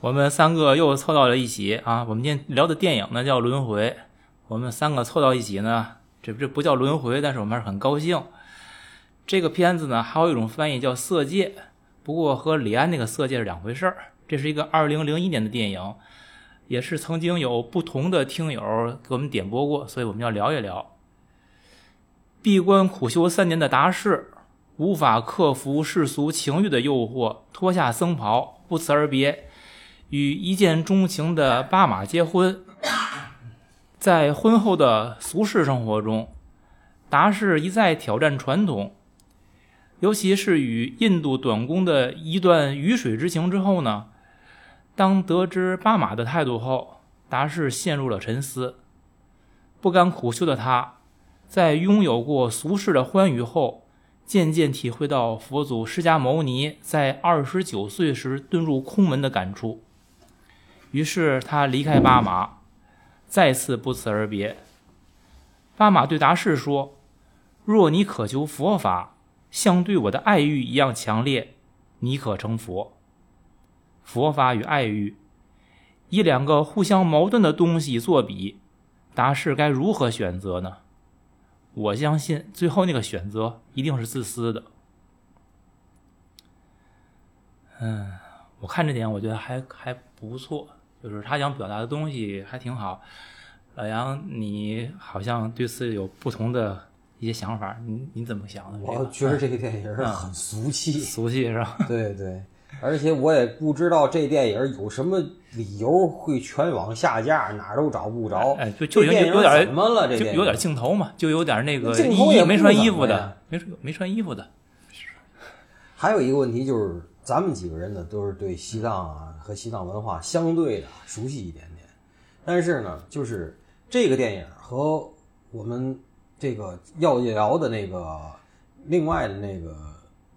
我们三个又凑到了一起啊！我们今天聊的电影呢叫《轮回》，我们三个凑到一起呢，这不叫轮回，但是我们还是很高兴。这个片子呢，还有一种翻译叫《色戒》，不过和李安那个《色戒》是两回事儿。这是一个2001年的电影，也是曾经有不同的听友给我们点播过，所以我们要聊一聊。闭关苦修3年的达士，无法克服世俗情欲的诱惑，脱下僧袍，不辞而别，与一见钟情的巴马结婚。在婚后的俗世生活中，达士一再挑战传统，尤其是与印度短工的一段鱼水之情之后呢，当得知巴马的态度后，达士陷入了沉思。不甘苦修的他，在拥有过俗世的欢愉后，渐渐体会到佛祖释迦牟尼在29岁时遁入空门的感触。于是他离开巴马，再次不辞而别。巴马对达士说，若你渴求佛法，像对我的爱欲一样强烈，你可成佛。佛法与爱欲，以两个互相矛盾的东西作比，达士该如何选择呢？我相信最后那个选择一定是自私的。我看这点我觉得还不错，就是他想表达的东西还挺好。老杨，你好像对此有不同的一些想法，你怎么想的？ 我觉得这个电影很俗气， 俗气是吧？ 对对，而且我也不知道这电影有什么理由会全网下架，哪儿都找不着。 就有点怎么了？这就有点镜头嘛，就有点那个镜头也没穿衣服的，没穿衣服的。 还有一个问题就是，咱们几个人呢都是对西藏啊和西藏文化相对的熟悉一点点，但是呢，就是这个电影和我们这个要聊的那个另外的那个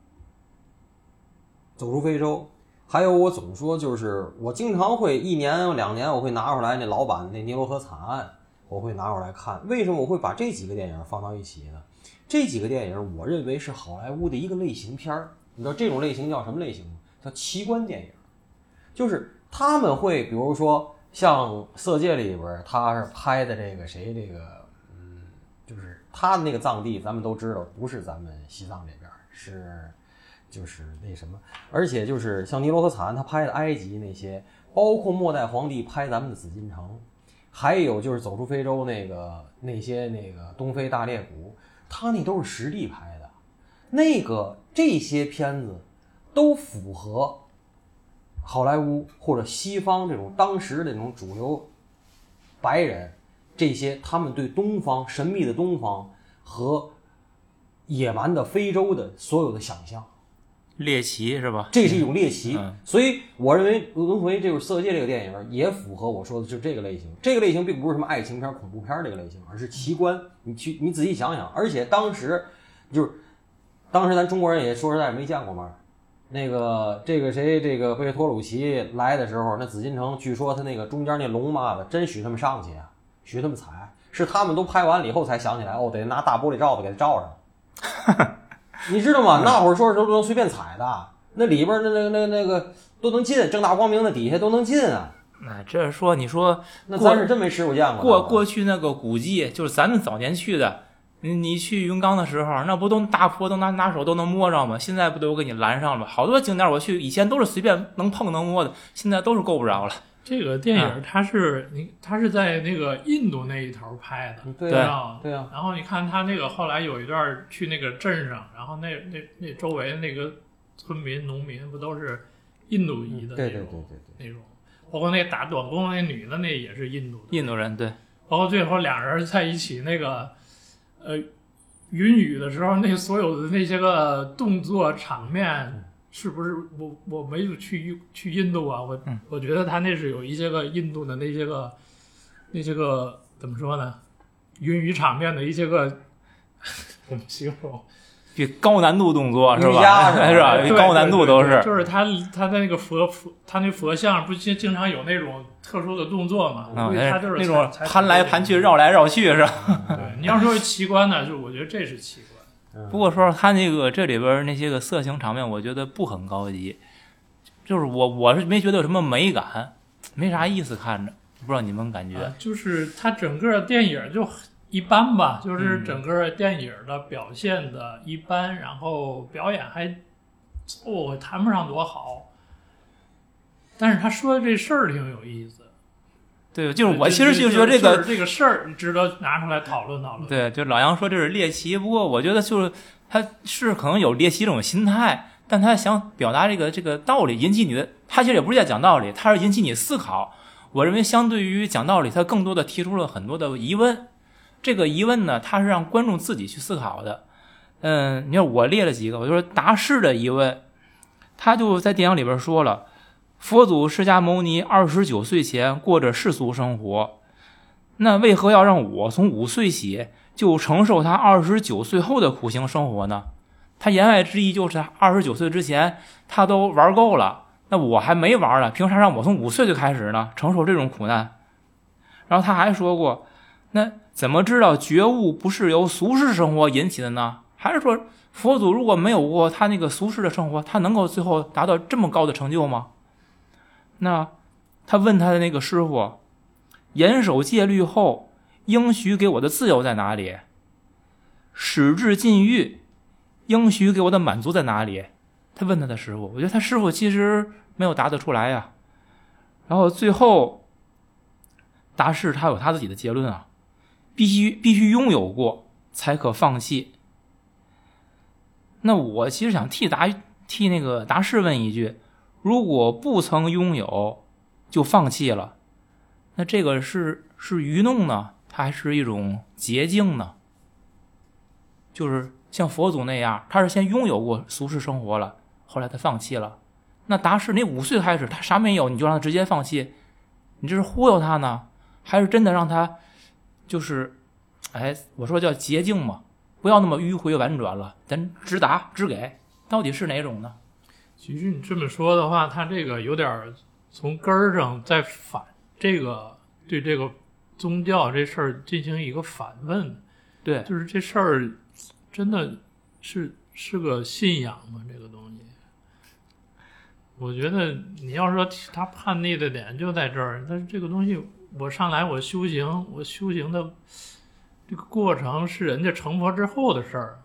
走出非洲，还有我总说就是我经常会1年2年我会拿出来那老版那尼罗河惨案，我会拿出来看。为什么我会把这几个电影放到一起呢？这几个电影我认为是好莱坞的一个类型片儿。你知道这种类型叫什么类型吗？叫奇观电影。就是他们会比如说像《色戒》里边他是拍的这个谁这个就是他的那个藏地咱们都知道不是咱们西藏这边，是就是那什么，而且就是像尼罗河惨案他拍的埃及那些，包括末代皇帝拍咱们的紫禁城，还有就是走出非洲那些那个东非大裂谷，他那都是实地拍的。这些片子都符合好莱坞或者西方这种当时的那种主流白人，这些他们对东方神秘的东方和野蛮的非洲的所有的想象。 猎奇是吧？ 这是一种猎奇，所以我认为轮回这个《色戒》这个电影也符合我说的就这个类型。这个类型并不是什么爱情片、恐怖片这个类型，而是奇观。你仔细想想，而且当时咱中国人也说实在没见过嘛。这个谁，这个贝托鲁奇来的时候，那紫禁城据说他那个中间那龙嘛的，真许他们上去啊，许他们踩，是他们都拍完了以后才想起来，得拿大玻璃罩子给他罩上。你知道吗？那会儿说是都能随便踩的，那里边那个都能进，正大光明的底下都能进啊。 这说你说， 那咱是真没吃过见过。 过去那个古迹，就是咱们早年去的。你去云冈的时候，那不都大坡都拿手都能摸上吗？现在不都给你拦上了吗？好多景点我去以前都是随便能碰能摸的，现在都是够不着了。 这个电影它是在那个印度那一头拍的， 对啊。 然后你看他那个后来有一段去那个镇上，然后那周围那个村民农民不都是印度裔的那种，那种，包括那打短工那女的那也是印度人，对， 包括最后俩人在一起那个云雨的时候，那所有的那些个动作场面。是不是我没有去印度啊？我觉得他那是有一些个印度的那些个怎么说呢？云雨场面的一些个怎么形容？ 比高难度动作是吧？ 是吧？比高难度都是。 就是他的那个他那佛像不经常有那种特殊的动作嘛？他就是那种盘来盘去、绕来绕去是吧？ 对，你要说是奇观呢，就我觉得这是奇观。 不过说他这里边那些个色情场面，我觉得不很高级。 就是我是没觉得有什么美感，没啥意思看着，不知道你们感觉？ 就是它整个电影就一般吧，就是整个电影的表现的一般，然后表演还谈不上多好，但是他说的这事儿挺有意思。 对，就是我其实就觉得这个事儿值得拿出来讨论讨论。 对，就老杨说这是猎奇，不过我觉得就是他是可能有猎奇这种心态，但他想表达这个道理，引起你的，他其实也不是在讲道理，他是引起你思考。我认为相对于讲道理，他更多的提出了很多的疑问。这个疑问呢，他是让观众自己去思考的。你看我列了几个，我就说达氏的疑问，他就在电影里边说了。佛祖释迦牟尼29岁前过着世俗生活，那为何要让我从5岁起就承受他29岁后的苦行生活呢？他言外之意就是29岁之前他都玩够了，那我还没玩呢，凭啥让我从5岁就开始呢？承受这种苦难。然后他还说过，那怎么知道觉悟不是由俗世生活引起的呢？还是说佛祖如果没有过他那个俗世的生活，他能够最后达到这么高的成就吗？那他问他的那个师傅，严守戒律后应许给我的自由在哪里？始至禁欲应许给我的满足在哪里？他问他的师傅，我觉得他师傅其实没有答得出来呀。然后最后达氏他有他自己的结论啊，必须拥有过才可放弃。那我其实想替那个达氏问一句，如果不曾拥有就放弃了，那这个是愚弄呢，它还是一种捷径呢？就是像佛祖那样，他是先拥有过俗世生活了，后来他放弃了。那达氏，你5岁开始他啥没有，你就让他直接放弃，你这是忽悠他呢，还是真的让他就是我说叫捷径嘛，不要那么迂回婉转了，咱直达直给，到底是哪种呢？ 其实你这么说的话，他这个有点从根儿上在反这个对这个宗教这事儿进行一个反问。 对， 就是这事儿真的是个信仰吗？这个东西，我觉得你要说他叛逆的点就在这儿，但是这个东西我上来我修行的这个过程是人家成佛之后的事儿。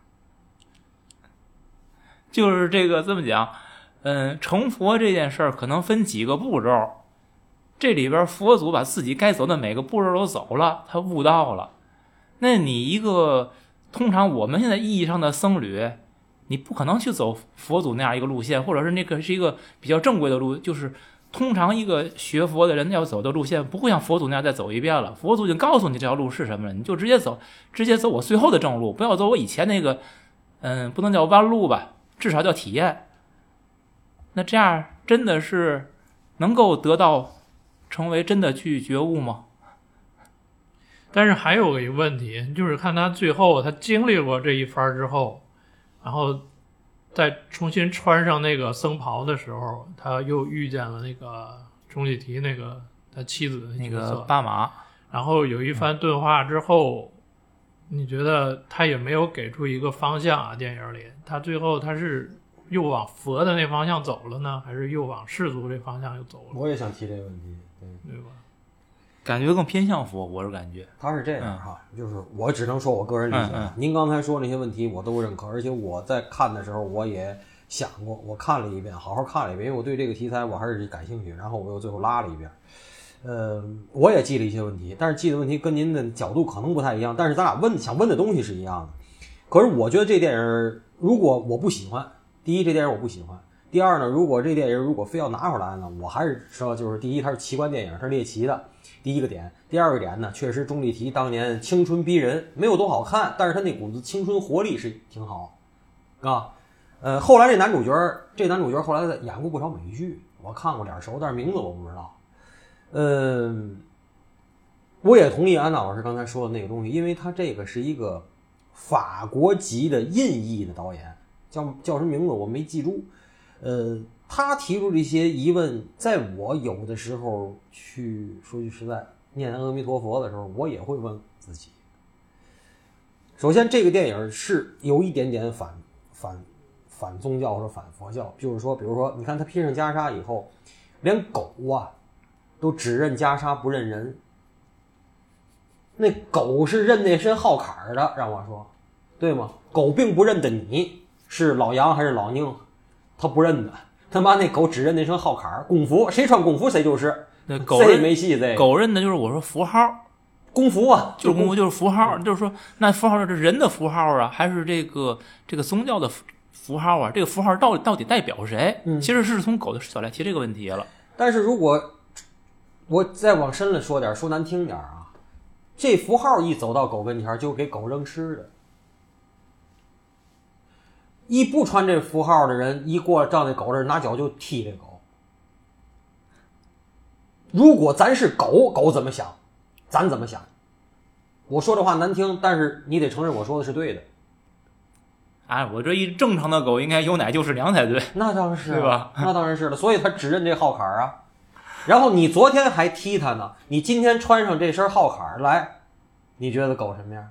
就是这么讲，成佛这件事儿可能分几个步骤，这里边佛祖把自己该走的每个步骤都走了，他悟道了。那你一个通常我们现在意义上的僧侣，你不可能去走佛祖那样一个路线，或者是那个是一个比较正规的路，就是通常一个学佛的人要走的路线不会像佛祖那样再走一遍了，佛祖已经告诉你这条路是什么了，你就直接走我最后的正路，不要走我以前那个不能叫弯路吧，至少叫体验。那这样真的是能够得到成为真的去觉悟吗？ 但是还有一个问题，就是看他最后他经历过这一番之后，然后再重新穿上那个僧袍的时候，他又遇见了那个钟丽缇那个他妻子的那角色个巴马， 然后有一番对话之后，你觉得他也没有给出一个方向啊？电影里他最后他是又往佛的那方向走了呢，还是又往世俗这方向又走了？ 我也想提这个问题， 对吧？ 感觉更偏向佛，我是感觉他是这样哈，就是我只能说我个人理解。您刚才说那些问题我都认可，而且我在看的时候我也想过，我看了一遍，好好看了一遍，因为我对这个题材我还是感兴趣，然后我又最后拉了一遍。我也记了一些问题，但是记的问题跟您的角度可能不太一样，但是咱俩想问的东西是一样的。可是我觉得这电影如果我不喜欢，第一这电影我不喜欢，第二呢，如果这电影如果非要拿回来呢，我还是说就是第一它是奇观电影，它是猎奇的，第一个点。第二个点呢，确实钟丽缇当年青春逼人，没有多好看，但是她那股子青春活力是挺好啊。后来这男主角后来演过不少美剧，我看过点熟，但是名字我不知道。我也同意安娜老师刚才说的那个东西，因为他这个是一个法国籍的印裔的导演，叫什么名字我没记住。他提出这些疑问，在我有的时候去说句实在念阿弥陀佛的时候，我也会问自己。首先这个电影是有一点点反反宗教或者反佛教，就是说，比如说，你看他披上袈裟以后，连狗啊都只认袈裟不认人。那狗是认那身号坎的，让我说，对吗？狗并不认得你是老杨还是老宁，他不认得。他妈那狗只认那身号坎，工服谁穿工服谁就是。 那狗这没戏，这狗认的就是我说符号。 功夫啊， 就是功夫，就是符号，就是说，那符号是人的符号啊，还是这个宗教的符号啊？这个符号到底代表谁？其实是从狗的视角来提这个问题了。 但是如果我再往深了说点，说难听点啊，这符号一走到狗跟前，就给狗扔吃的。一不穿这符号的人，一过到那狗这儿，拿脚就踢这狗。如果咱是狗，狗怎么想？咱怎么想？我说这话难听，但是你得承认我说的是对的。 哎，我这一正常的狗应该有奶就是娘才对。 那当然是， 对吧？ 那当然是了，所以他只认这号坎啊。然后你昨天还踢他呢，你今天穿上这身号坎来，你觉得狗什么样？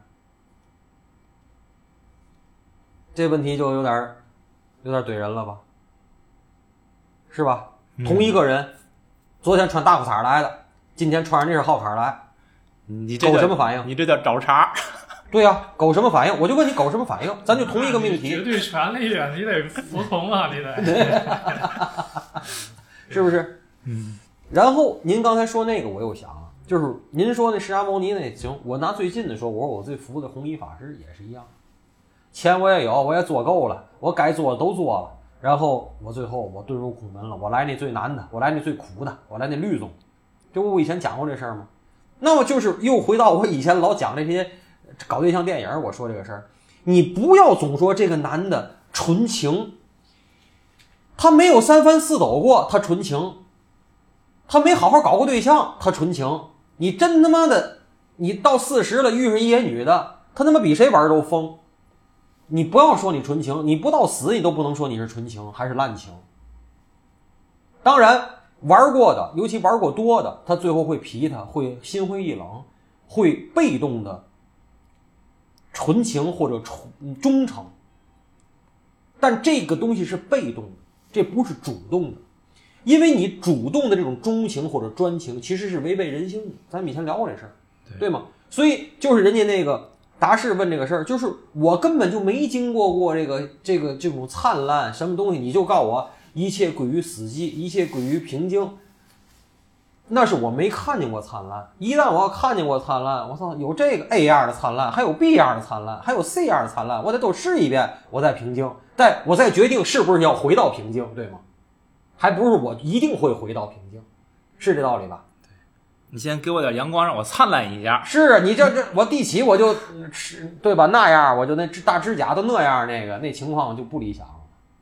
这问题就有点怼人了吧？是吧？同一个人，昨天穿大裤衩来的，今天穿上这身号坎来。 你这狗什么反应？ 你这叫找茬。 对呀、狗什么反应？我就问你狗什么反应，咱就同一个命题。 绝对权利啊，你得服从啊，你得， 是不是？然后您刚才说那个，我又想了，就是您说那释迦牟尼那行，我拿最近的说，我说我最服的弘一法师也是一样，钱我也有，我也做够了，我该做的都做了，然后我最后我遁入空门了，我来那最难的，我来那最苦的，我来那律宗，这不我以前讲过这事儿吗？那么就是又回到我以前老讲这些搞对象电影，我说这个事儿，你不要总说这个男的纯情，他没有三番四抖过，他纯情，他没好好搞过对象，他纯情。你真他妈的，你到40了遇上一野女的，他他妈比谁玩都疯。你不要说你纯情，你不到死你都不能说你是纯情还是滥情。当然玩过的，尤其玩过多的，他最后会皮他，会心灰意冷，会被动的纯情或者忠诚。但这个东西是被动的，这不是主动的。因为你主动的这种钟情或者专情其实是违背人性的，咱们以前聊过这事儿，对吗？所以就是人家那个达士问这个事儿，就是我根本就没经过这种灿烂什么东西，你就告我一切归于死寂，一切归于平静，那是我没看见过灿烂。一旦我要看见过灿烂，我操，有这个 A 样的灿烂，还有 B 样的灿烂，还有 C 样的灿烂，我得都试一遍，我再平静，我再决定是不是要回到平静，对吗？还不是我一定会回到平静，是这道理吧？ 对，你先给我点阳光，让我灿烂一下。 是你这我地起我就对吧？那样我就那大指甲都那样，那情况就不理想了。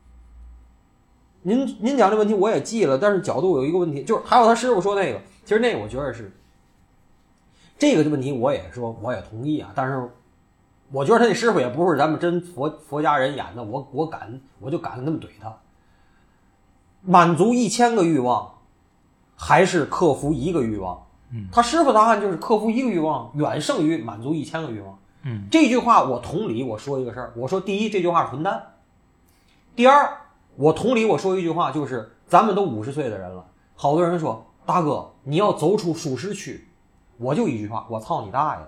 您讲这问题我也记了，但是角度有一个问题，就是还有他师傅说那个，其实那个我觉得是这个问题，我也说我也同意啊，但是我觉得他那师傅也不是咱们真佛家人演的，我就敢那么怼他。满足1000个欲望，还是克服1个欲望？他师傅答案就是克服1个欲望，远胜于满足1000个欲望。这句话我同理，我说一个事儿，我说第一，这句话是混蛋；第二，我同理，我说一句话，就是咱们都50岁的人了，好多人说大哥你要走出舒适区，我就一句话，我操你大爷！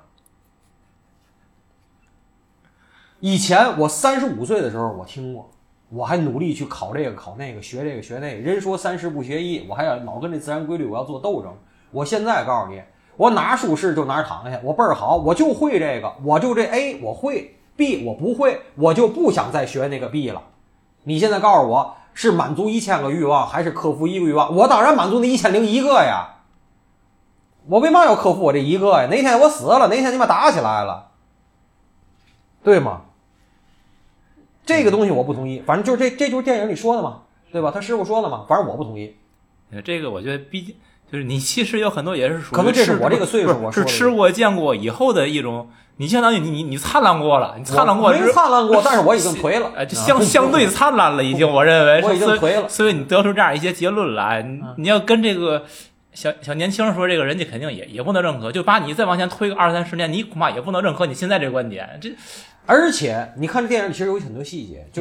以前我35岁的时候我听过。我还努力去考这个考那个，学这个学那个。人说30不学艺，我还要老跟这自然规律，我要做斗争。我现在告诉你，我哪舒适就哪躺下，我倍儿好，我就会这个，我就这 A 我会 ，B 我不会，我就不想再学那个 B 了。你现在告诉我是满足1000个欲望，还是克服1个欲望？我当然满足那1001个呀。我为嘛要克服我这1个呀？哪天我死了，哪天你妈打起来了，对吗？这个东西我不同意，反正就是这就是电影里说的嘛，对吧？他师傅说的嘛，反正我不同意。 这个我觉得毕竟就是你其实有很多也是属于可能这是我这个岁数我说的是吃过见过以后的一种，你相当于你灿烂过了，你灿烂过， 没灿烂过，但是我已经颓了， 就相对灿烂了已经，我认为我已经颓了， 所以你得出这样一些结论来，你要跟这个小年轻人说，这个人家肯定也不能认可，就把你再往前推个20-30年，你恐怕也不能认可你现在这个观点。这而且你看这电影其实有很多细节，就是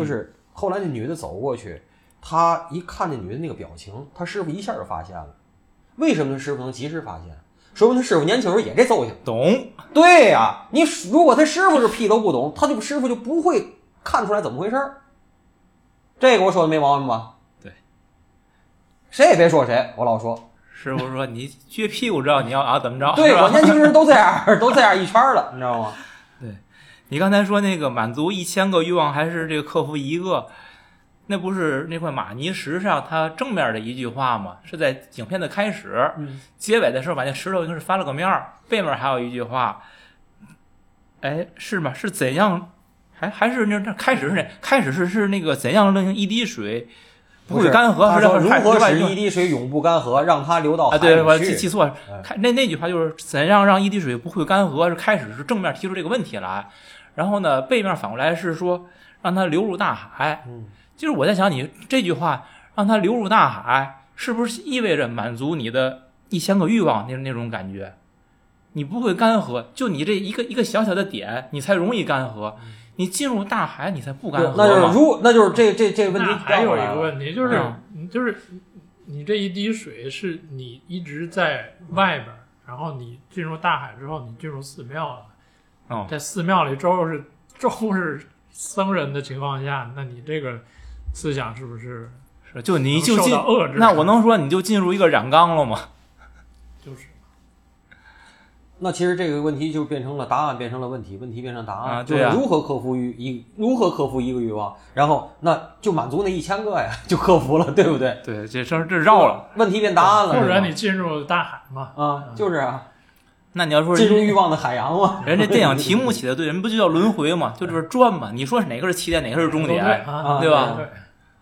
后来那女的走过去，他一看那女的那个表情，他师傅一下就发现了。为什么他师傅能及时发现？说明他师傅年轻时候也这揍性。 懂。 对呀，你如果他师傅是屁都不懂，师傅就不会看出来怎么回事。这个我说的没毛病吧？ 对， 谁也别说谁，我老说。 师傅说你撅屁股知道你要怎么着？ 对，我年轻时都这样，都这样一圈了，你知道吗？ 对，你刚才说那个满足1000个欲望还是这个克服一个，那不是那块玛尼石上它正面的一句话吗？是在影片的开始，结尾的时候把那石头应该是翻了个面儿，背面还有一句话，哎，是吗？是怎样？还是那开始是那开始是那个怎样令一滴水不会干涸？ 他说如何使一一滴水永不干涸，让它流到海里去。 对，我记错了。那句话就是怎样让一滴水不会干涸？是开始是正面提出这个问题来，然后呢，背面反过来是说让它流入大海。就是我在想，你这句话让它流入大海，是不是意味着满足你的1000个欲望那种感觉？你不会干涸，就你这一个小小的点，你才容易干涸。你进入大海，你才不干涸嘛。 那就是这个问题。 还有一个问题就是你这一滴水是你一直在外边，然后你进入大海之后，你进入寺庙了。在寺庙里周是僧人的情况下，那你这个思想是不是就你就受到遏制？ 那我能说你就进入一个染缸了吗？ 就是。 那其实这个问题就变成了答案，变成了问题，问题变成答案， 对啊， 就是如何克服一个欲望，然后那就满足那1000个呀，就克服了，对不对？ 对，这绕了， 问题变答案了。 或者你进入大海嘛？ 就是啊。 那你要说进入欲望的海洋嘛？ 人这电影题目起的对，人不就叫轮回嘛？就是转嘛。你说哪个是起点，哪个是终点，对吧？ 对。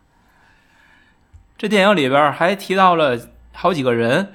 这电影里边还提到了好几个人，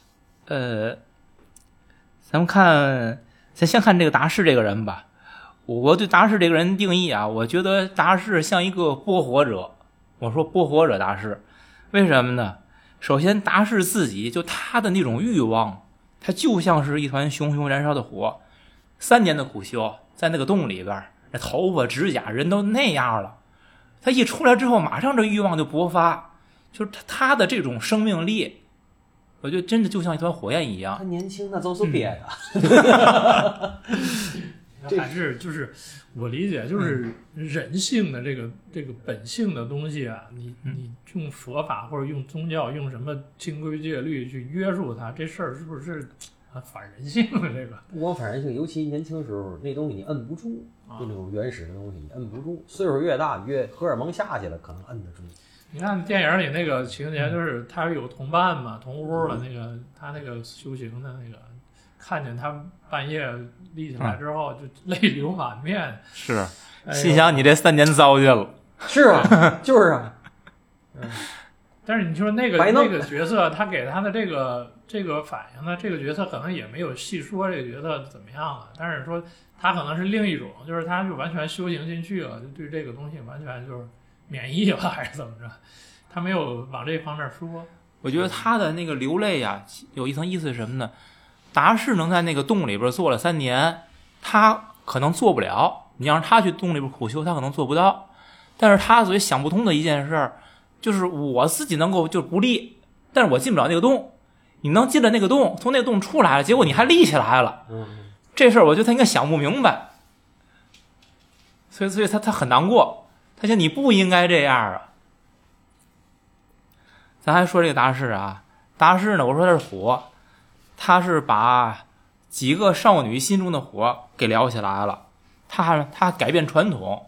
咱们先看这个达士这个人吧。我对达士这个人定义啊，我觉得达士像一个播火者。我说播火者达士，为什么呢？首先，达士自己就他的那种欲望，他就像是一团熊熊燃烧的火。3年的苦修，在那个洞里边，那头发、指甲，人都那样了。他一出来之后，马上这欲望就勃发，就是他的这种生命力。我觉得真的就像一团火焰一样。 他年轻那都是憋的。 还是就是我理解，就是人性的这个本性的东西啊，你用佛法或者用宗教用什么清规戒律去约束它，这事儿是不是反人性的？这个不光反人性，尤其年轻时候那东西你摁不住，就那种原始的东西你摁不住，岁数越大越荷尔蒙下去了，可能摁得住。 你看电影里那个情节，就是他有同伴嘛，同屋了，那个他那个修行的那个，看见他半夜立起来之后，就泪流满面。 是，心想你这3年糟践了。 是啊，就是啊。 但是你说那个角色，他给他的这个反应呢，这个角色可能也没有细说这个角色怎么样了，但是说他可能是另一种，就是他就完全修行进去了，就对这个东西完全就是免疫了还是怎么着，他没有往这方面说。 我觉得他的那个流泪啊，有一层意思是什么呢？达士能在那个洞里边做了3年，他可能做不了，你让他去洞里边苦修，他可能做不到。但是他所以想不通的一件事，就是我自己能够就不立，但是我进不了那个洞，你能进了那个洞，从那个洞出来了，结果你还立起来了，这事儿我觉得他应该想不明白，所以他很难过，他想你不应该这样啊。咱还说这个达士啊，达士呢，我说他是火，他是把几个少女心中的火给燎起来了，他改变传统，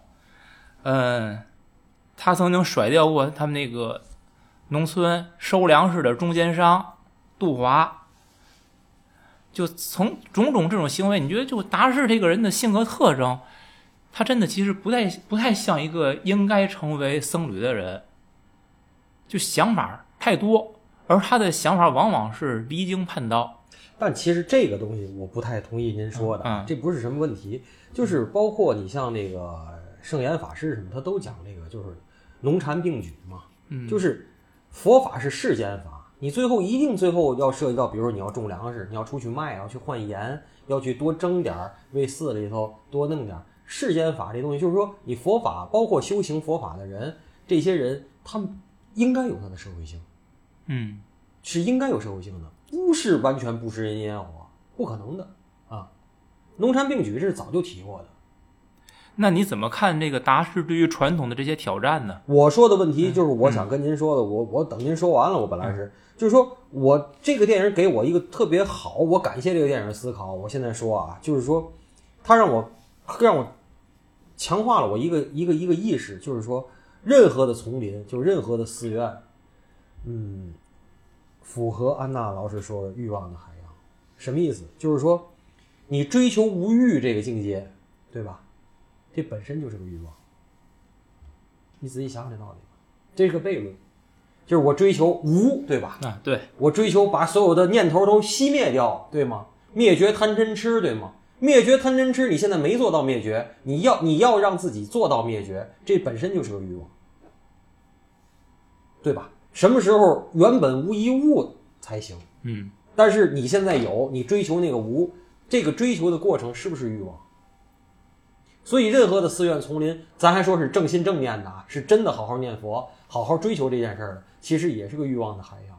他曾经甩掉过他们那个农村收粮食的中间商杜华，就从种种这种行为，你觉得就达士这个人的性格特征，他真的其实不太像一个应该成为僧侣的人，就想法太多，而他的想法往往是离经叛道。 但其实这个东西我不太同意您说的，这不是什么问题，就是包括你像那个圣严法师什么，他都讲这个就是农禅并举嘛，就是佛法是世间法，你最后要涉及到，比如说你要种粮食，你要出去卖，要去换盐，要去多蒸点，为寺里头多弄点， 世间法这东西，就是说你佛法，包括修行佛法的人，这些人他们应该有他的社会性，是应该有社会性的，不是完全不食人间烟火，不可能的啊。农禅并举这是早就提过的。 那你怎么看这个达氏对于传统的这些挑战呢？ 我说的问题就是我想跟您说的，我等您说完了，我本来是就是说我这个电影给我一个特别好，我感谢这个电影的思考。我现在说啊，就是说它让我强化了我一个意识，就是说任何的丛林，就是任何的寺院，符合安娜老师说的欲望的海洋。什么意思？就是说你追求无欲这个境界，对吧？这本身就是个欲望。你仔细想想这道理吧，这是个悖论，就是我追求无，对吧？ 对， 我追求把所有的念头都熄灭掉，对吗？灭绝贪嗔痴，对吗？灭绝贪嗔痴，你现在没做到灭绝，你要让自己做到灭绝，这本身就是个欲望，对吧？什么时候原本无一物才行？但是你现在有，你追求那个无，这个追求的过程是不是欲望？所以任何的寺院丛林，咱还说是正心正念的啊，是真的好好念佛，好好追求这件事的，其实也是个欲望的海洋。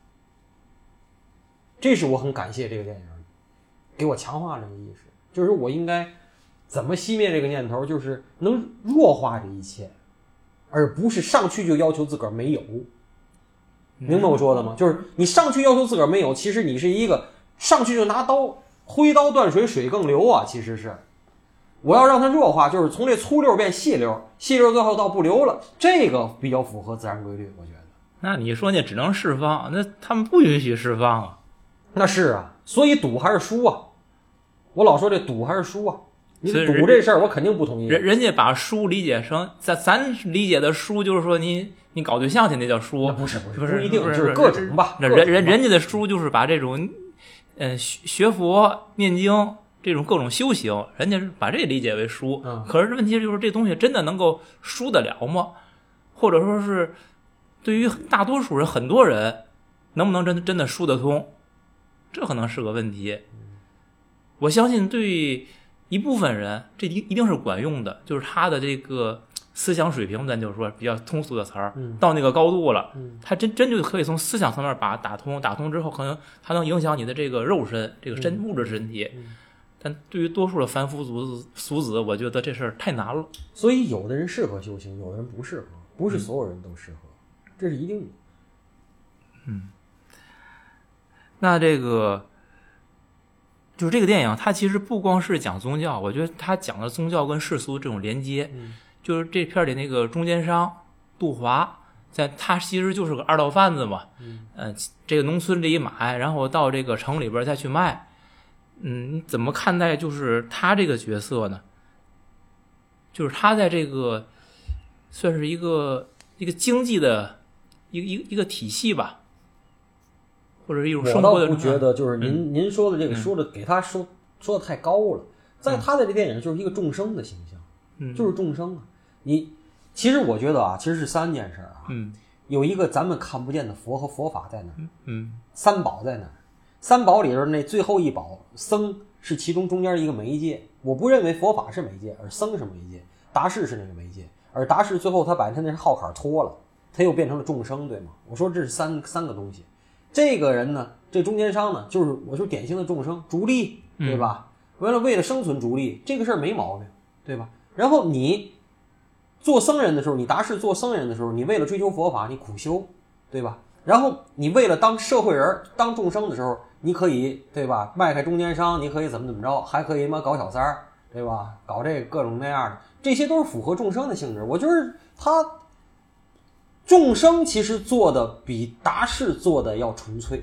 这是我很感谢这个电影给我强化这个意识，就是我应该怎么熄灭这个念头，就是能弱化这一切，而不是上去就要求自个儿没有。明白我说的吗？就是你上去要求自个儿没有，其实你是一个上去就拿刀挥刀断水，水更流啊。其实是我要让它弱化，就是从这粗溜变细溜，细溜最后到不流了，这个比较符合自然规律，我觉得。 那你说那只能释放，那他们不允许释放啊。 那是啊，所以赌还是输啊。我老说这赌还是输啊。你赌这事儿，我肯定不同意。 人家把输理解成咱理解的输，就是说你搞对象去那叫输， 不一定，就是各种吧。 人家的输就是把这种学佛念经这种各种修行，人家是把这理解为输。可是问题就是这东西真的能够输得了吗？或者说是对于大多数人很多人能不能真的输得通，这可能是个问题。我相信对一部分人这一定是管用的，就是他的这个思想水平，咱就说比较通俗的词儿，到那个高度了，他真就可以从思想层面把它打通之后，可能它能影响你的这个肉身，这个物质身体。但对于多数的凡夫俗子，我觉得这事儿太难了。 所以有的人适合修行，有的人不适合，不是所有人都适合，这是一定的。 那这个就是这个电影，它其实不光是讲宗教，我觉得它讲的宗教跟世俗这种连接。就是这片里那个中间商杜华，他其实就是个二道贩子嘛。这个农村里买，然后到这个城里边再去卖。你怎么看待就是他这个角色呢？就是他在这个算是一个经济的一个体系吧，或者是一种生活的。 我倒不觉得，就是您说的这个说的给他说的太高了，在他的这电影就是一个众生的形象，就是众生啊。其实我觉得啊，其实是三件事啊。有一个咱们看不见的佛和佛法在哪儿？三宝在哪儿？三宝里边那最后一宝僧是其中中间一个媒介。我不认为佛法是媒介，而僧是媒介，达士是那个媒介。而达士最后他把他那号坎脱了，他又变成了众生，对吗？我说这是三个东西。这个人呢，这中间商呢，就是我说典型的众生逐利，对吧？为了生存逐利，这个事儿没毛病，对吧？然后你做僧人的时候，你达士做僧人的时候，你为了追求佛法，你苦修，对吧？然后你为了当社会人，当众生的时候，你可以，对吧？迈开中间商，你可以怎么着，还可以搞小三儿，对吧？搞这个各种那样的，这些都是符合众生的性质。我觉得他众生其实做的比达士做的要纯粹，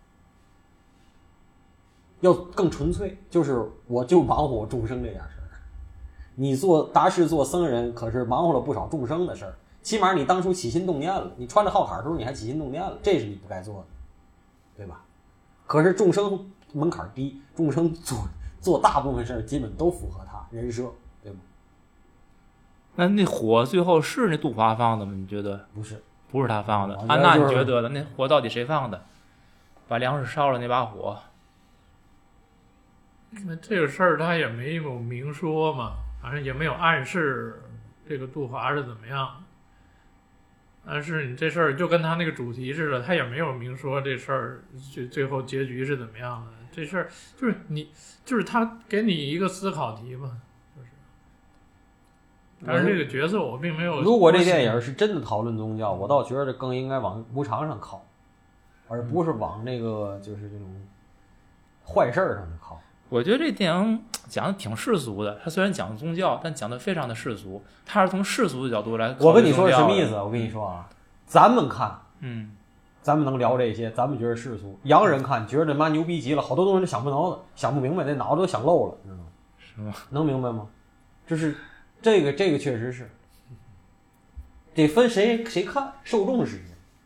要更纯粹。就是我就忙活众生这点事儿，你做达士做僧人，可是忙活了不少众生的事儿。起码你当初起心动念了，你穿着号坎的时候你还起心动念了，这是你不该做的，对吧？可是众生门槛低，众生做大部分事儿基本都符合他人设，对吗？ 那火最后是那杜华放的吗？你觉得？不是他放的。安娜，你觉得的？那火到底谁放的？把粮食烧了那把火。 那这个事儿他也没有明说嘛。 反正也没有暗示这个杜华是怎么样。但是你这事儿就跟他那个主题似的，他也没有明说这事儿最后结局是怎么样的。这事儿就是他给你一个思考题嘛，就是。但是这个角色我并没有。 如果这电影是真的讨论宗教，我倒觉得更应该往无常上靠，而不是往那个就是这种坏事儿上靠。 我觉得这电影讲的挺世俗的，他虽然讲宗教，但讲的非常的世俗，他是从世俗的角度来考虑宗教的。 我跟你说是什么意思？我跟你说啊，咱们看，咱们能聊这些，咱们觉得世俗；洋人看，觉得这妈牛逼极了，好多东西都想不明白，那脑子都想漏了，知道吗？ 是吗？ 能明白吗？就是这个确实是，得分谁看，受众是谁。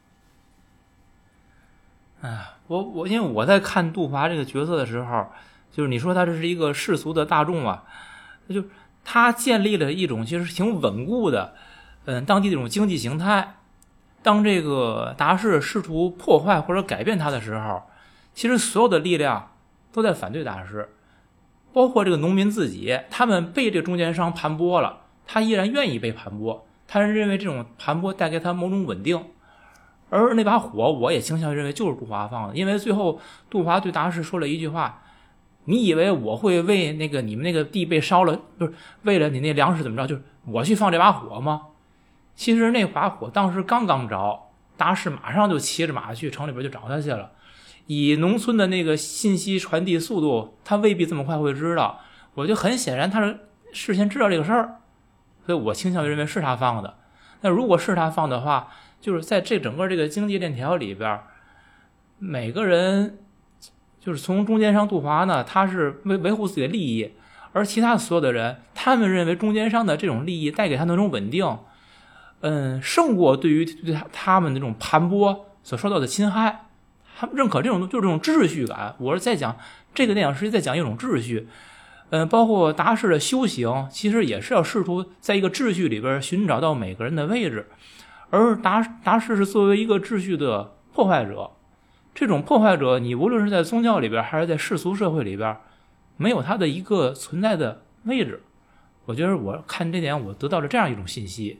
哎，我因为我在看杜华这个角色的时候。就是你说他这是一个世俗的大众啊，就他建立了一种其实挺稳固的，当地的这种经济形态。当这个达士试图破坏或者改变他的时候，其实所有的力量都在反对达士，包括这个农民自己，他们被这个中间商盘剥了，他依然愿意被盘剥，他认为这种盘剥带给他某种稳定。而那把火，我也倾向于认为就是杜华放的，因为最后杜华对达士说了一句话。你以为我会为那个你们那个地被烧了，不是为了你那粮食怎么着？就是我去放这把火吗？其实那把火当时刚刚着，达士马上就骑着马去城里边就找他去了。以农村的那个信息传递速度，他未必这么快会知道。我就很显然他是事先知道这个事儿，所以我倾向于认为是他放的。那如果是他放的话，就是在这整个这个经济链条里边，每个人。就是从中间商杜华呢，他是维护自己的利益，而其他所有的人，他们认为中间商的这种利益带给他那种稳定，胜过对他们那种盘剥所受到的侵害。他们认可这种就是这种秩序感。我是在讲这个电影是在讲一种秩序，包括达士的修行，其实也是要试图在一个秩序里边寻找到每个人的位置，而达士是作为一个秩序的破坏者。这种破坏者，你无论是在宗教里边还是在世俗社会里边，没有他的一个存在的位置。我觉得我看这点，我得到了这样一种信息。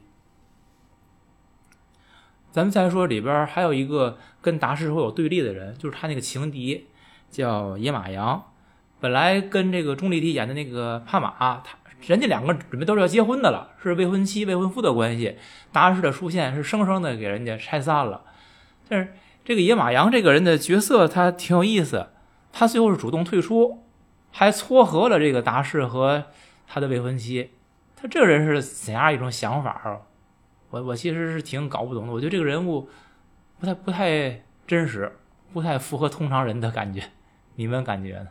咱们再说里边还有一个跟达士会有对立的人，就是他那个情敌叫野马洋。本来跟这个钟丽缇演的那个帕玛，人家两个准备都是要结婚的了，是未婚妻未婚夫的关系。达士的出现是生生的给人家拆散了。但是这个野马洋这个人的角色他挺有意思，他最后是主动退出，还撮合了这个达士和他的未婚妻。他这个人是怎样一种想法？我其实是挺搞不懂的。我觉得这个人物不太真实，不太符合通常人的感觉。你们感觉呢？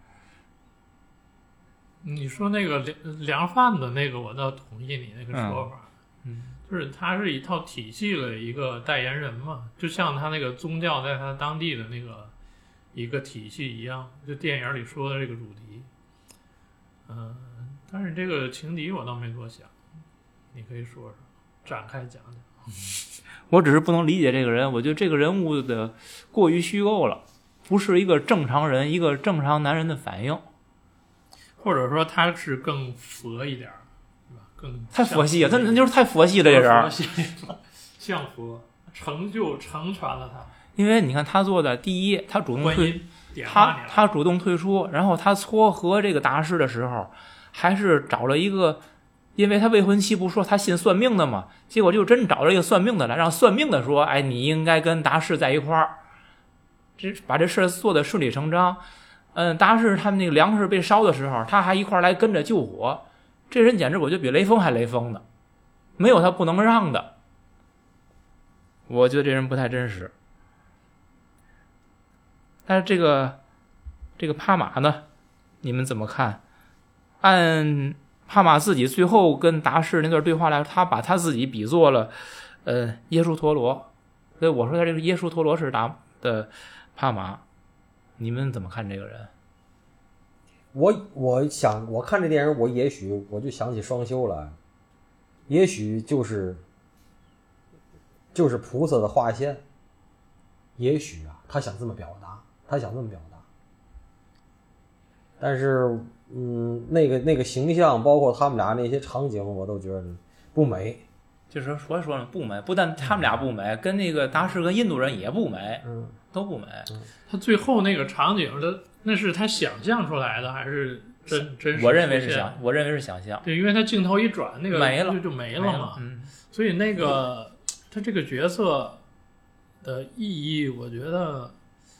你说那个量贩的那个，我倒同意你那个说法。就是他是一套体系的一个代言人嘛，就像他那个宗教在他当地的那个一个体系一样，就电影里说的这个主题。但是这个情敌我倒没多想，你可以说说，展开讲讲。 我只是不能理解这个人，我觉得这个人物的过于虚构了，不是一个正常人，一个正常男人的反应， 或者说他是更佛一点。 太佛系了，他就是太佛系了，这人像佛成全了他。 因为你看他做的，第一，他主动他主动退出，然后他撮合这个达士的时候，还是找了一个，因为他未婚妻不说他信算命的嘛，结果就真找了一个算命的来，让算命的说，哎，你应该跟达士在一块儿，把这事做的顺理成章。达士他们那个粮食被烧的时候，他还一块来跟着救火。这人简直我觉得比雷锋还雷锋的，没有他不能让的。我觉得这人不太真实。但是这个帕玛呢，你们怎么看？按帕玛自己最后跟达士那段对话来说，他把他自己比作了耶稣陀罗，所以我说他这个耶稣陀罗是的帕玛。你们怎么看这个人？ 我想我看这电影，我就想起双修来，也许就是菩萨的划线，也许啊，他想这么表达，但是那个形象，包括他们俩那些场景，我都觉得不美。 就是说呢不美，不但他们俩不美，跟那个达士跟印度人也不美，都不美。 他最后那个场景，那是他想象出来的还是真实？ 我认为是想象。 对，因为他镜头一转，那个没了就没了嘛。所以那个他这个角色的意义，我觉得，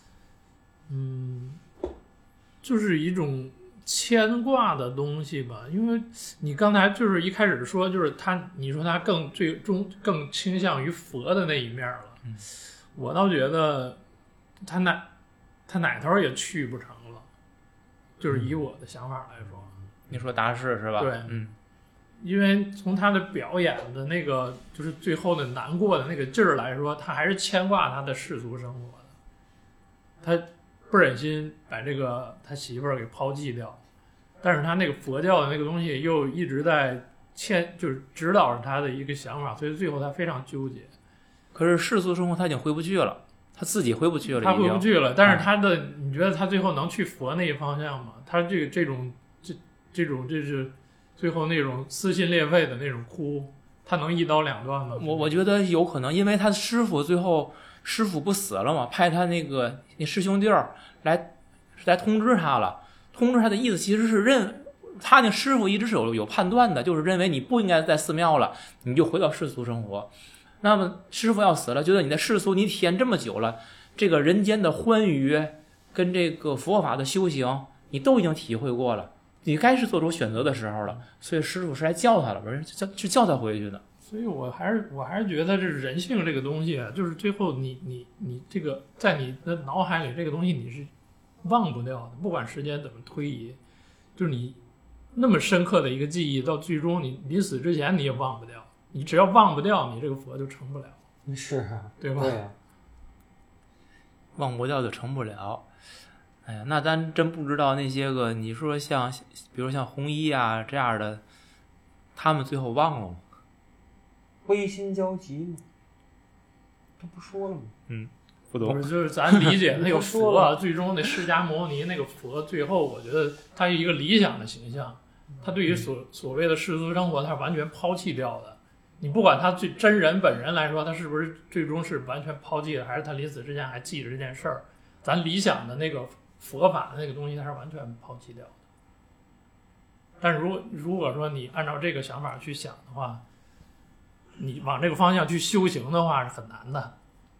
就是一种牵挂的东西吧。因为你刚才就是一开始说，就是你说他最终更倾向于佛的那一面了。我倒觉得他哪头也去不成了，就是以我的想法来说。 你说达士是吧？ 对，因为从他的表演的那个就是最后的难过的那个劲儿来说，他还是牵挂他的世俗生活的，他不忍心把这个他媳妇儿给抛弃掉，但是他那个佛教的那个东西又一直在就是指导着他的一个想法，所以最后他非常纠结。 可是世俗生活他已经回不去了，他自己回不去了， 他回不去了。但是你觉得他最后能去佛那一方向吗？他这种就是最后那种撕心裂肺的那种哭，他能一刀两断吗？ 我觉得有可能，因为他师傅最后不死了嘛，派他那师兄弟儿来通知他了。通知他的意思其实是他那师傅一直是有判断的，就是认为你不应该在寺庙了，你就回到世俗生活。那么师傅要死了，觉得你在世俗你体验这么久了，这个人间的欢愉跟这个佛法的修行你都已经体会过了，你该是做出选择的时候了。所以师傅是来叫他了，不是叫他回去的。 所以我还是觉得这人性这个东西啊，就是最后你这个在你的脑海里这个东西你是忘不掉的，不管时间怎么推移，就是你那么深刻的一个记忆，到最终你临死之前你也忘不掉。你只要忘不掉，你这个佛就成不了。 是啊， 对吧？ 对啊， 忘不掉就成不了。哎呀，那咱真不知道那些个，你说比如像红衣啊这样的，他们最后忘了吗？ 悲心交集嘛，这不说了吗？ 不懂。 不是，就是咱理解那个佛啊，最终那释迦牟尼那个佛，最后我觉得他是一个理想的形象，他对于所谓的世俗生活，他是完全抛弃掉的。你不管他真人本人来说，他是不是最终是完全抛弃的，还是他临死之前还记着这件事儿？咱理想的那个佛法的那个东西，他是完全抛弃掉的。但是如果说你按照这个想法去想的话，你往这个方向去修行的话是很难的。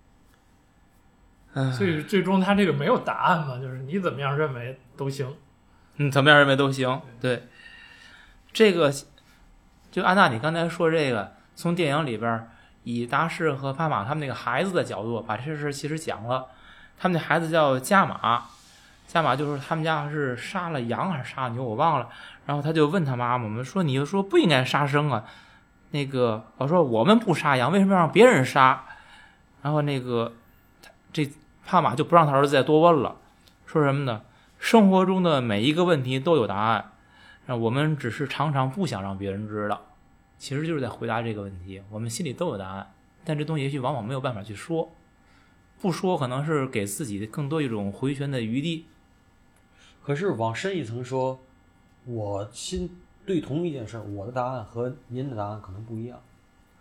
所以最终他这个没有答案嘛，就是你怎么样认为都行。 怎么样认为都行。对，这个就安娜你刚才说这个，从电影里边以达士和帕玛他们那个孩子的角度把这事其实讲了。他们那孩子叫加玛就是他们家是杀了羊还是杀了牛我忘了，然后他就问他妈妈们说，你就说不应该杀生啊，我说我们不杀羊，为什么要让别人杀？然后这帕玛就不让他儿子再多问了，说什么呢？生活中的每一个问题都有答案，我们只是常常不想让别人知道。其实就是在回答这个问题，我们心里都有答案，但这东西也许往往没有办法去说，不说可能是给自己更多一种回旋的余地。 可是往深一层说，我对同一件事，我的答案和您的答案可能不一样，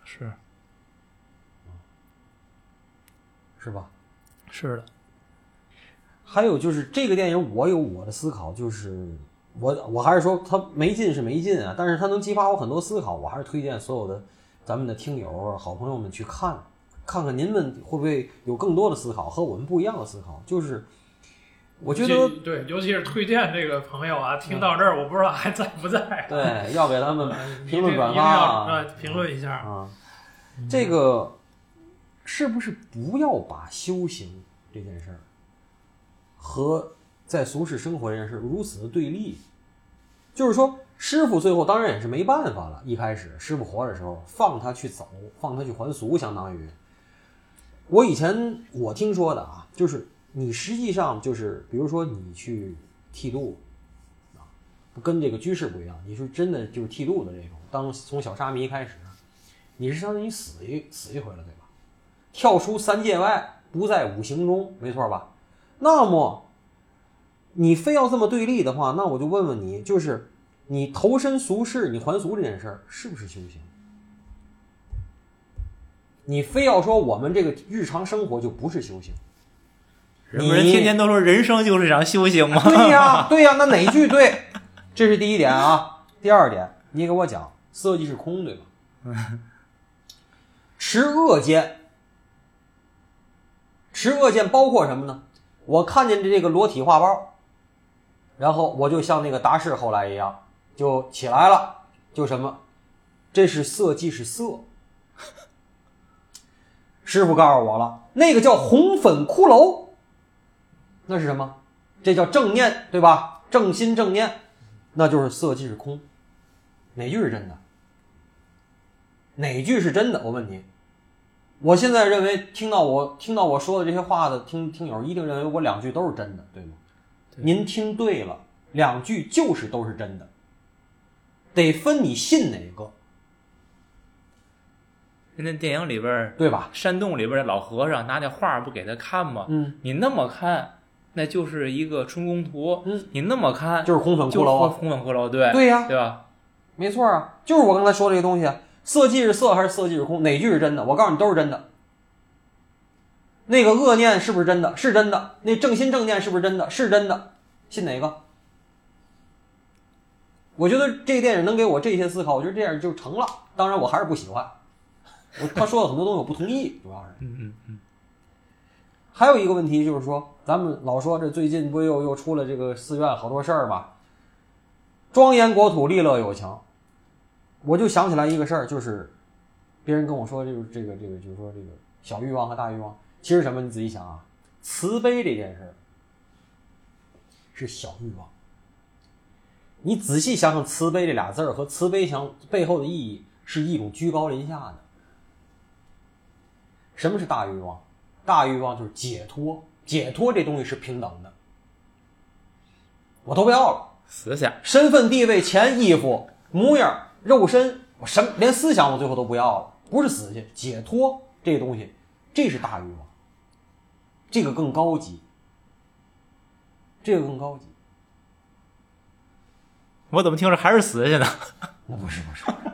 是吧？ 是的。 还有就是这个电影，我有我的思考，就是我还是说它没劲是没劲啊，但是它能激发我很多思考，我还是推荐所有的咱们的听友好朋友们去看看您们会不会有更多的思考和我们不一样的思考。就是我觉得对，尤其是推荐这个朋友啊，听到这儿我不知道还在不在， 对，要给他们评论转发评论一下啊。这个是不是不要把修行这件事儿和在俗世生活这件事如此的对立？就是说师傅最后当然也是没办法了，一开始师傅活的时候放他去走，放他去还俗，相当于我听说的啊，就是你实际上就是比如说你去剃度啊，跟这个居士不一样，你是真的就是剃度的这种，从小沙弥开始，你是相当于死一回了，对吧？跳出三界外，不在五行中，没错吧？那么你非要这么对立的话，那我就问问你，就是你投身俗世，你还俗这件事儿是不是修行？你非要说我们这个日常生活就不是修行， 人天天都说人生就是一场修行吗？ 对呀，对呀，那哪句对？这是第一点啊。第二点，你给我讲色即是空，对吧？持恶见，持恶见包括什么呢？我看见这个裸体画报，然后我就像那个达士后来一样，就起来了，就什么？这是色即是色。师傅告诉我了，那个叫红粉骷髅，那是什么？这叫正念，对吧？正心正念，那就是色即是空。哪句是真的？哪句是真的？我问你，我现在认为听到我说的这些话的听友一定认为我两句都是真的，对吗？对，您听对了，两句就是都是真的，得分你信哪个。 那电影里边， 对吧？ 山洞里边的老和尚拿那画不给他看吗？你那么看，那就是一个春宫图。你那么看， 就是红粉骷髅啊， 红粉骷髅，对对呀， 对吧？ 没错啊，就是我刚才说这个东西，色即是色还是色即是空？哪句是真的？我告诉你，都是真的。那个恶念是不是真的？是真的。那正心正念是不是真的？是真的。信哪个？我觉得这个电影能给我这些思考，我觉得这样就成了。当然，我还是不喜欢。他说的很多东西我不同意，主要是。还有一个问题就是说，咱们老说这最近不又出了这个寺院好多事儿吧？庄严国土，利乐有情。我就想起来一个事儿，就是别人跟我说，就是这个，就是说这个小欲望和大欲望，其实什么？你仔细想啊，慈悲这件事是小欲望。你仔细想想，慈悲这俩字儿和慈悲想背后的意义是一种居高临下的。什么是大欲望？大欲望就是解脱，解脱这东西是平等的，我都不要了。 思想、 身份、地位、钱、衣服、模样、肉身，我连思想我最后都不要了，不是死去，解脱这个东西，这是大欲望，这个更高级，这个更高级。 我怎么听着还是死去呢？ 那不是，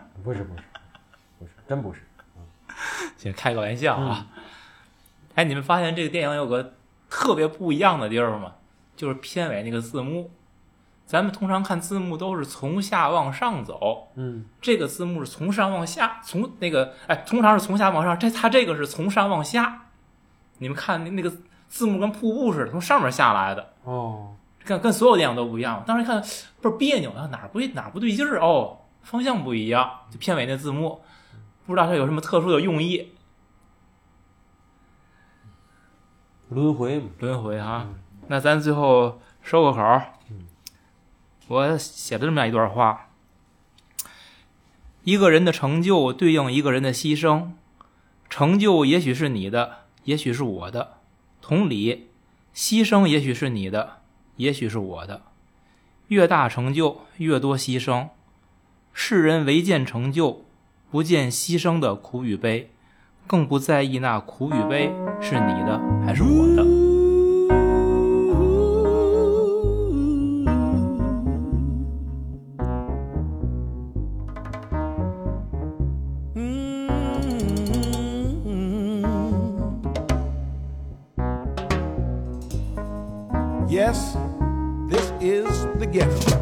真不是。 先开个玩笑啊。哎，你们发现这个电影有个特别不一样的地儿吗？就是片尾那个字幕。咱们通常看字幕都是从下往上走，这个字幕是从上往下，通常是从下往上，它这个是从上往下。你们看那个字幕跟瀑布似的，从上面下来的。跟所有电影都不一样。当时看不是别扭啊，哪不对劲儿哦，方向不一样。就片尾那字幕，不知道它有什么特殊的用意。 轮回啊，那咱最后收个口。我写了这么样一段话：一个人的成就对应一个人的牺牲，成就也许是你的，也许是我的，同理，牺牲也许是你的，也许是我的。越大成就，越多牺牲。世人唯见成就，不见牺牲的苦与悲，更不在意那苦与悲是你的还是我的。 Yes, this is the ghetto.